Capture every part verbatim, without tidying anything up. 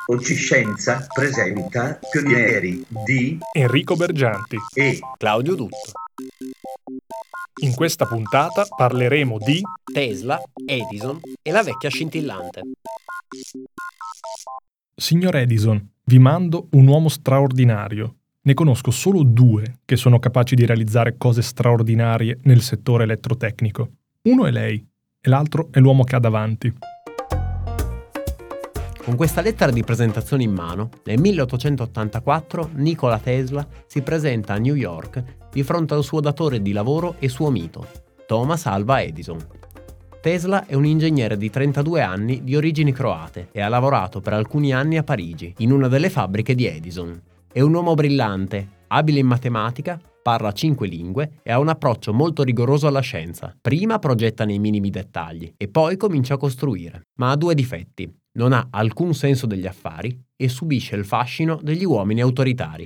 Ociscienza presenta Pionieri di Enrico Bergianti e Claudio Dutto. In questa puntata parleremo di Tesla, Edison e la vecchia scintillante. Signor Edison, vi mando un uomo straordinario. Ne conosco solo due che sono capaci di realizzare cose straordinarie nel settore elettrotecnico. Uno è lei e l'altro è l'uomo che ha davanti. Con questa lettera di presentazione in mano, nel milleottocentottantaquattro Nikola Tesla si presenta a New York di fronte al suo datore di lavoro e suo mito, Thomas Alva Edison. Tesla è un ingegnere di trentadue anni di origini croate e ha lavorato per alcuni anni a Parigi, in una delle fabbriche di Edison. È un uomo brillante, abile in matematica, parla cinque lingue e ha un approccio molto rigoroso alla scienza. Prima progetta nei minimi dettagli e poi comincia a costruire, ma ha due difetti. Non ha alcun senso degli affari e subisce il fascino degli uomini autoritari.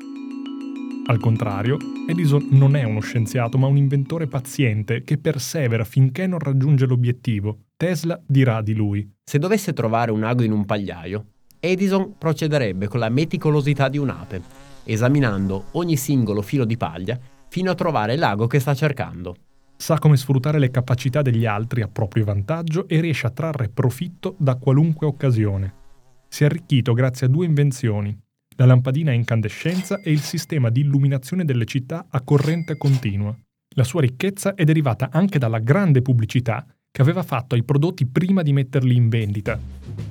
Al contrario, Edison non è uno scienziato ma un inventore paziente che persevera finché non raggiunge l'obiettivo. Tesla dirà di lui: Se dovesse trovare un ago in un pagliaio, Edison procederebbe con la meticolosità di un'ape, esaminando ogni singolo filo di paglia fino a trovare l'ago che sta cercando. Sa come sfruttare le capacità degli altri a proprio vantaggio e riesce a trarre profitto da qualunque occasione. Si è arricchito grazie a due invenzioni: la lampadina a incandescenza e il sistema di illuminazione delle città a corrente continua. La sua ricchezza è derivata anche dalla grande pubblicità che aveva fatto ai prodotti prima di metterli in vendita.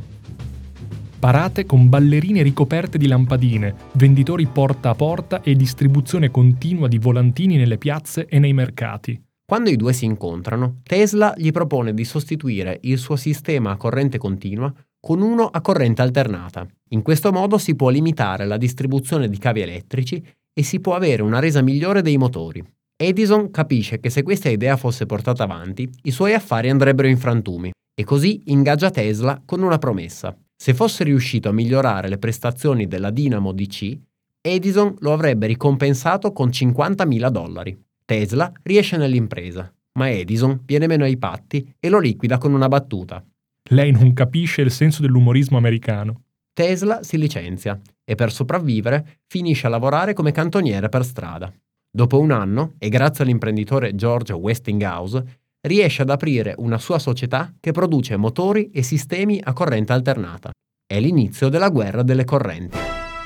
Parate con ballerine ricoperte di lampadine, venditori porta a porta e distribuzione continua di volantini nelle piazze e nei mercati. Quando i due si incontrano, Tesla gli propone di sostituire il suo sistema a corrente continua con uno a corrente alternata. In questo modo si può limitare la distribuzione di cavi elettrici e si può avere una resa migliore dei motori. Edison capisce che se questa idea fosse portata avanti, i suoi affari andrebbero in frantumi e così ingaggia Tesla con una promessa. Se fosse riuscito a migliorare le prestazioni della dinamo D C, Edison lo avrebbe ricompensato con cinquantamila dollari. Tesla riesce nell'impresa, ma Edison viene meno ai patti e lo liquida con una battuta. Lei non capisce il senso dell'umorismo americano. Tesla si licenzia e per sopravvivere finisce a lavorare come cantoniere per strada. Dopo un anno, e grazie all'imprenditore George Westinghouse, riesce ad aprire una sua società che produce motori e sistemi a corrente alternata. È l'inizio della guerra delle correnti.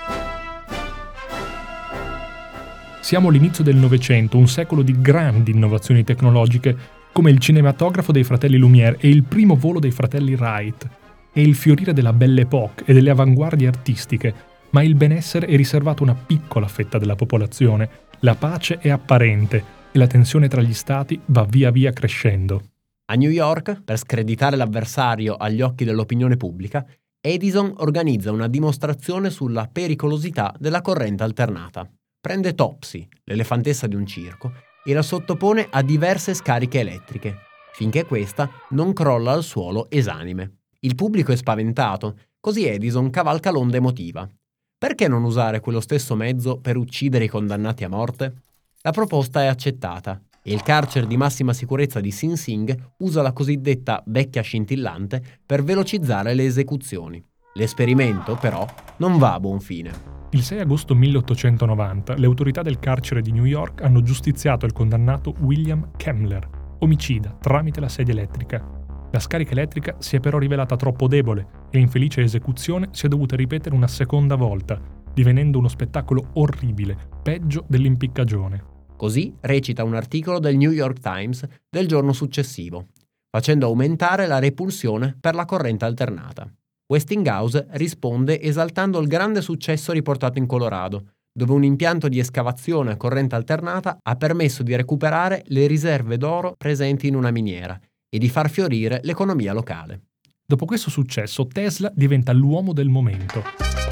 Siamo all'inizio del Novecento, un secolo di grandi innovazioni tecnologiche, come il cinematografo dei fratelli Lumière e il primo volo dei fratelli Wright. È il fiorire della Belle Époque e delle avanguardie artistiche, ma il benessere è riservato a una piccola fetta della popolazione. La pace è apparente e la tensione tra gli stati va via via crescendo. A New York, per screditare l'avversario agli occhi dell'opinione pubblica, Edison organizza una dimostrazione sulla pericolosità della corrente alternata. Prende Topsy, l'elefantessa di un circo, e la sottopone a diverse scariche elettriche, finché questa non crolla al suolo esanime. Il pubblico è spaventato, così Edison cavalca l'onda emotiva. Perché non usare quello stesso mezzo per uccidere i condannati a morte? La proposta è accettata e il carcere di massima sicurezza di Sing Sing usa la cosiddetta vecchia scintillante per velocizzare le esecuzioni. L'esperimento, però, non va a buon fine. Il sei agosto milleottocentonovanta le autorità del carcere di New York hanno giustiziato il condannato William Kemmler, omicida tramite la sedia elettrica. La scarica elettrica si è però rivelata troppo debole e l'infelice esecuzione si è dovuta ripetere una seconda volta, divenendo uno spettacolo orribile, peggio dell'impiccagione. Così recita un articolo del New York Times del giorno successivo, facendo aumentare la repulsione per la corrente alternata. Westinghouse risponde esaltando il grande successo riportato in Colorado, dove un impianto di escavazione a corrente alternata ha permesso di recuperare le riserve d'oro presenti in una miniera e di far fiorire l'economia locale. Dopo questo successo, Tesla diventa l'uomo del momento.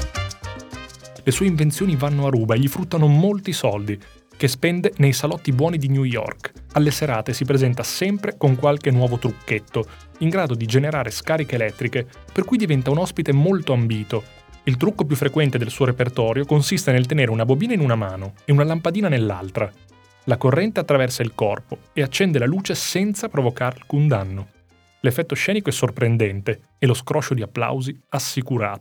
Le sue invenzioni vanno a ruba e gli fruttano molti soldi, che spende nei salotti buoni di New York. Alle serate si presenta sempre con qualche nuovo trucchetto, in grado di generare scariche elettriche, per cui diventa un ospite molto ambito. Il trucco più frequente del suo repertorio consiste nel tenere una bobina in una mano e una lampadina nell'altra. La corrente attraversa il corpo e accende la luce senza provocare alcun danno. L'effetto scenico è sorprendente e lo scroscio di applausi assicurato.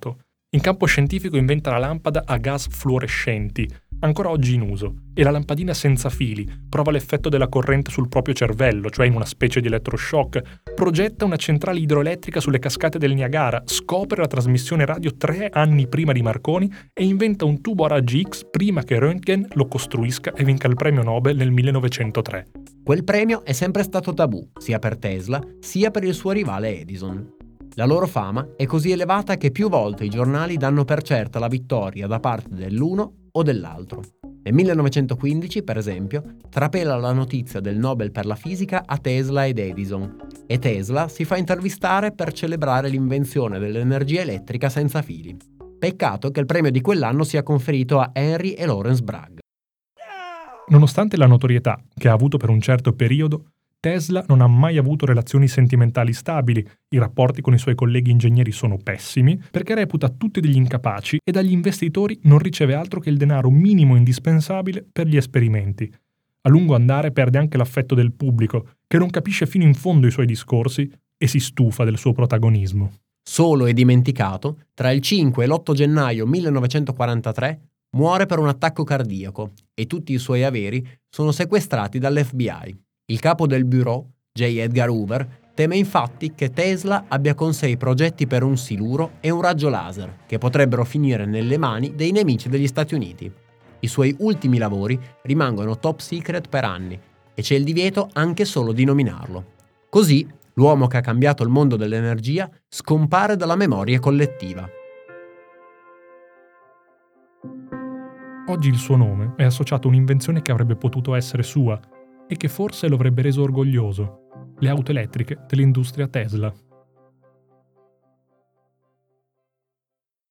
In campo scientifico inventa la lampada a gas fluorescenti, ancora oggi in uso, e la lampadina senza fili, prova l'effetto della corrente sul proprio cervello, cioè in una specie di elettroshock, progetta una centrale idroelettrica sulle cascate del Niagara, scopre la trasmissione radio tre anni prima di Marconi e inventa un tubo a raggi X prima che Röntgen lo costruisca e vinca il premio Nobel nel millenovecentotre. Quel premio è sempre stato tabù, sia per Tesla, sia per il suo rivale Edison. La loro fama è così elevata che più volte i giornali danno per certa la vittoria da parte dell'uno o dell'altro. Nel millenovecentoquindici, per esempio, trapela la notizia del Nobel per la fisica a Tesla ed Edison, e Tesla si fa intervistare per celebrare l'invenzione dell'energia elettrica senza fili. Peccato che il premio di quell'anno sia conferito a Henry e Lawrence Bragg. Nonostante la notorietà che ha avuto per un certo periodo, Tesla non ha mai avuto relazioni sentimentali stabili, i rapporti con i suoi colleghi ingegneri sono pessimi perché reputa tutti degli incapaci e dagli investitori non riceve altro che il denaro minimo indispensabile per gli esperimenti. A lungo andare perde anche l'affetto del pubblico, che non capisce fino in fondo i suoi discorsi e si stufa del suo protagonismo. Solo e dimenticato, tra il cinque e l'otto gennaio millenovecentoquarantatré muore per un attacco cardiaco e tutti i suoi averi sono sequestrati dall'F B I. Il capo del bureau, J. Edgar Hoover, teme infatti che Tesla abbia con sé i progetti per un siluro e un raggio laser, che potrebbero finire nelle mani dei nemici degli Stati Uniti. I suoi ultimi lavori rimangono top secret per anni e c'è il divieto anche solo di nominarlo. Così, l'uomo che ha cambiato il mondo dell'energia scompare dalla memoria collettiva. Oggi il suo nome è associato a un'invenzione che avrebbe potuto essere sua e che forse lo avrebbe reso orgoglioso: le auto elettriche dell'industria Tesla.